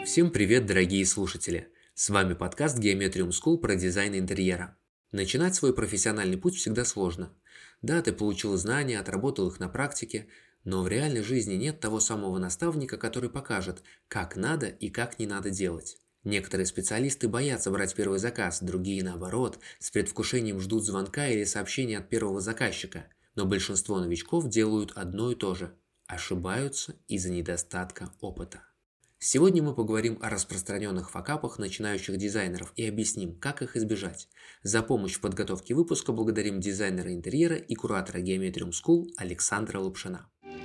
Всем привет, дорогие слушатели! С вами подкаст Geometrium School про дизайн интерьера. Начинать свой профессиональный путь всегда сложно. Да, ты получил знания, отработал их на практике, но в реальной жизни нет того самого наставника, который покажет, как надо и как не надо делать. Некоторые специалисты боятся брать первый заказ, другие, наоборот, с предвкушением ждут звонка или сообщения от первого заказчика. Но большинство новичков делают одно и то же – ошибаются из-за недостатка опыта. Сегодня мы поговорим о распространенных факапах начинающих дизайнеров и объясним, как их избежать. За помощь в подготовке выпуска благодарим дизайнера интерьера и куратора Geometrium School Александра Лапшина.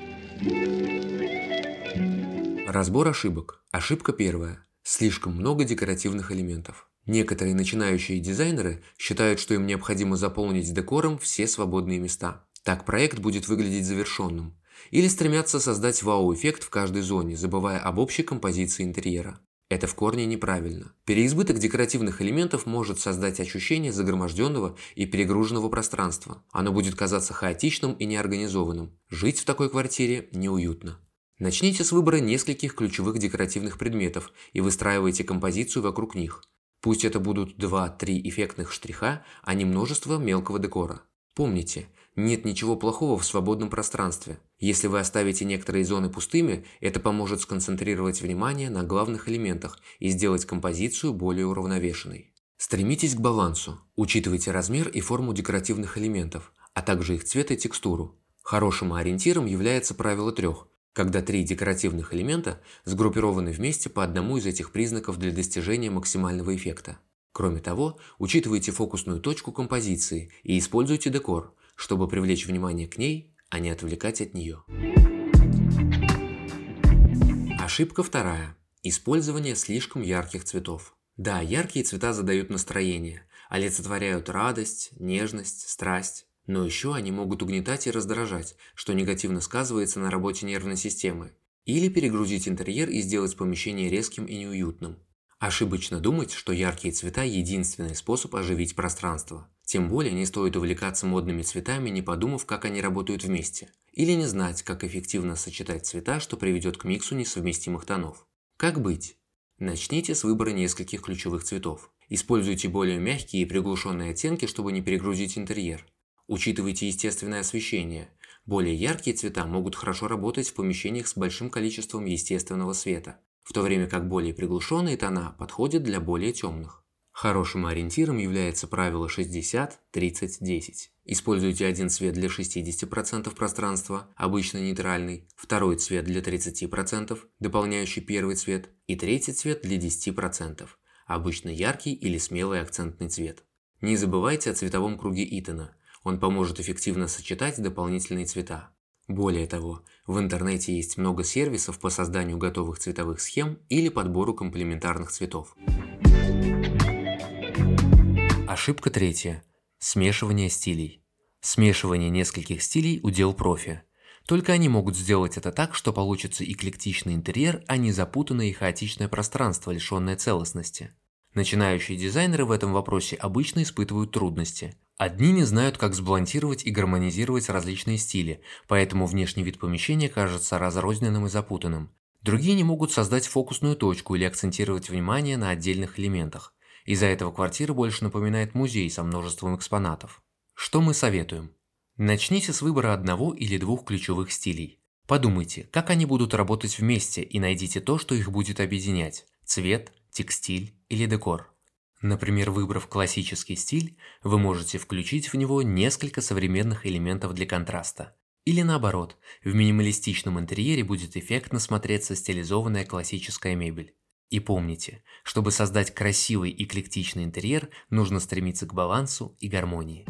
Разбор ошибок. Ошибка первая. Слишком много декоративных элементов. Некоторые начинающие дизайнеры считают, что им необходимо заполнить декором все свободные места. Так проект будет выглядеть завершенным. Или стремятся создать вау-эффект в каждой зоне, забывая об общей композиции интерьера. Это в корне неправильно. Переизбыток декоративных элементов может создать ощущение загроможденного и перегруженного пространства. Оно будет казаться хаотичным и неорганизованным. Жить в такой квартире неуютно. Начните с выбора нескольких ключевых декоративных предметов и выстраивайте композицию вокруг них. Пусть это будут 2-3 эффектных штриха, а не множество мелкого декора. Помните, нет ничего плохого в свободном пространстве. Если вы оставите некоторые зоны пустыми, это поможет сконцентрировать внимание на главных элементах и сделать композицию более уравновешенной. Стремитесь к балансу. Учитывайте размер и форму декоративных элементов, а также их цвет и текстуру. Хорошим ориентиром является правило 3, когда 3 декоративных элемента сгруппированы вместе по одному из этих признаков для достижения максимального эффекта. Кроме того, учитывайте фокусную точку композиции и используйте декор, чтобы привлечь внимание к ней, а не отвлекать от нее. Ошибка вторая. Использование слишком ярких цветов. Да, яркие цвета задают настроение, олицетворяют радость, нежность, страсть. Но еще они могут угнетать и раздражать, что негативно сказывается на работе нервной системы. Или перегрузить интерьер и сделать помещение резким и неуютным. Ошибочно думать, что яркие цвета – единственный способ оживить пространство. Тем более не стоит увлекаться модными цветами, не подумав, как они работают вместе. Или не знать, как эффективно сочетать цвета, что приведет к миксу несовместимых тонов. Как быть? Начните с выбора нескольких ключевых цветов. Используйте более мягкие и приглушенные оттенки, чтобы не перегрузить интерьер. Учитывайте естественное освещение. Более яркие цвета могут хорошо работать в помещениях с большим количеством естественного света, в то время как более приглушенные тона подходят для более темных. Хорошим ориентиром является правило 60-30-10. Используйте один цвет для 60% пространства, обычно нейтральный, второй цвет для 30%, дополняющий первый цвет, и третий цвет для 10%, обычно яркий или смелый акцентный цвет. Не забывайте о цветовом круге Итона. Он поможет эффективно сочетать дополнительные цвета. Более того, в интернете есть много сервисов по созданию готовых цветовых схем или подбору комплементарных цветов. Ошибка третья. Смешивание стилей. Смешивание нескольких стилей – удел профи. Только они могут сделать это так, что получится эклектичный интерьер, а не запутанное и хаотичное пространство, лишенное целостности. Начинающие дизайнеры в этом вопросе обычно испытывают трудности. Одни не знают, как сбалансировать и гармонизировать различные стили, поэтому внешний вид помещения кажется разрозненным и запутанным. Другие не могут создать фокусную точку или акцентировать внимание на отдельных элементах. Из-за этого квартира больше напоминает музей со множеством экспонатов. Что мы советуем? Начните с выбора одного или двух ключевых стилей. Подумайте, как они будут работать вместе, и найдите то, что их будет объединять – цвет, текстиль или декор. Например, выбрав классический стиль, вы можете включить в него несколько современных элементов для контраста. Или наоборот, в минималистичном интерьере будет эффектно смотреться стилизованная классическая мебель. И помните, чтобы создать красивый эклектичный интерьер, нужно стремиться к балансу и гармонии.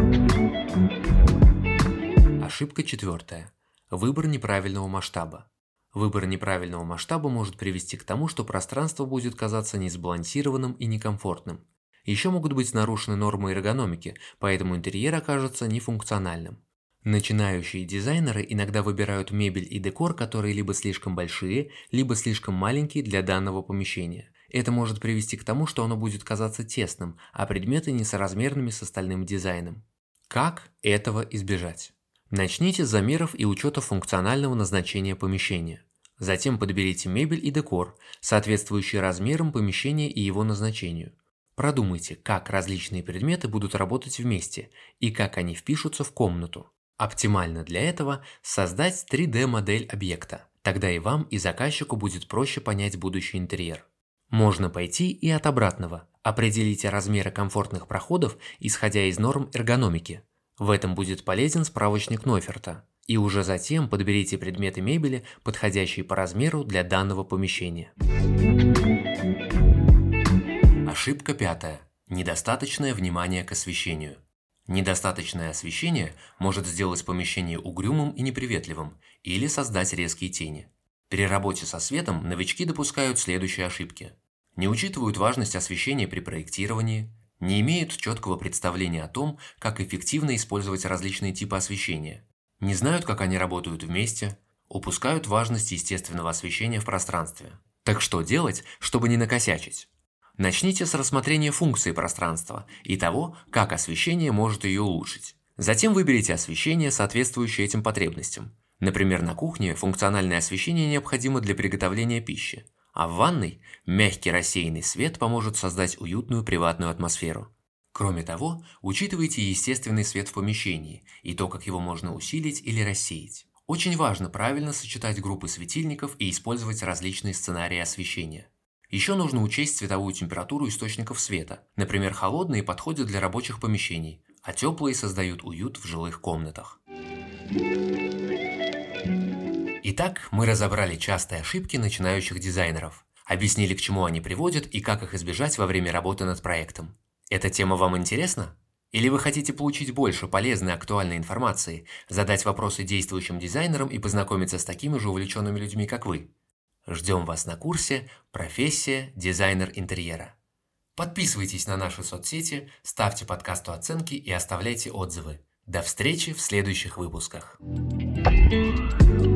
Ошибка четвертая. Выбор неправильного масштаба. Выбор неправильного масштаба может привести к тому, что пространство будет казаться несбалансированным и некомфортным. Еще могут быть нарушены нормы эргономики, поэтому интерьер окажется нефункциональным. Начинающие дизайнеры иногда выбирают мебель и декор, которые либо слишком большие, либо слишком маленькие для данного помещения. Это может привести к тому, что оно будет казаться тесным, а предметы несоразмерными с остальным дизайном. Как этого избежать? Начните с замеров и учета функционального назначения помещения. Затем подберите мебель и декор, соответствующие размерам помещения и его назначению. Продумайте, как различные предметы будут работать вместе и как они впишутся в комнату. Оптимально для этого создать 3D-модель объекта. Тогда и вам, и заказчику будет проще понять будущий интерьер. Можно пойти и от обратного. Определите размеры комфортных проходов, исходя из норм эргономики. В этом будет полезен справочник Нойферта. И уже затем подберите предметы мебели, подходящие по размеру для данного помещения. Ошибка 5. Недостаточное внимание к освещению. Недостаточное освещение может сделать помещение угрюмым и неприветливым или создать резкие тени. При работе со светом новички допускают следующие ошибки. Не учитывают важность освещения при проектировании, не имеют четкого представления о том, как эффективно использовать различные типы освещения, не знают, как они работают вместе, упускают важность естественного освещения в пространстве. Так что делать, чтобы не накосячить? Начните с рассмотрения функции пространства и того, как освещение может ее улучшить. Затем выберите освещение, соответствующее этим потребностям. Например, на кухне функциональное освещение необходимо для приготовления пищи, а в ванной мягкий рассеянный свет поможет создать уютную приватную атмосферу. Кроме того, учитывайте естественный свет в помещении и то, как его можно усилить или рассеять. Очень важно правильно сочетать группы светильников и использовать различные сценарии освещения. Еще нужно учесть цветовую температуру источников света. Например, холодные подходят для рабочих помещений, а теплые создают уют в жилых комнатах. Итак, мы разобрали частые ошибки начинающих дизайнеров, объяснили, к чему они приводят и как их избежать во время работы над проектом. Эта тема вам интересна? Или вы хотите получить больше полезной актуальной информации, задать вопросы действующим дизайнерам и познакомиться с такими же увлеченными людьми, как вы? Ждем вас на курсе «Профессия дизайнер интерьера». Подписывайтесь на наши соцсети, ставьте подкасту оценки и оставляйте отзывы. До встречи в следующих выпусках.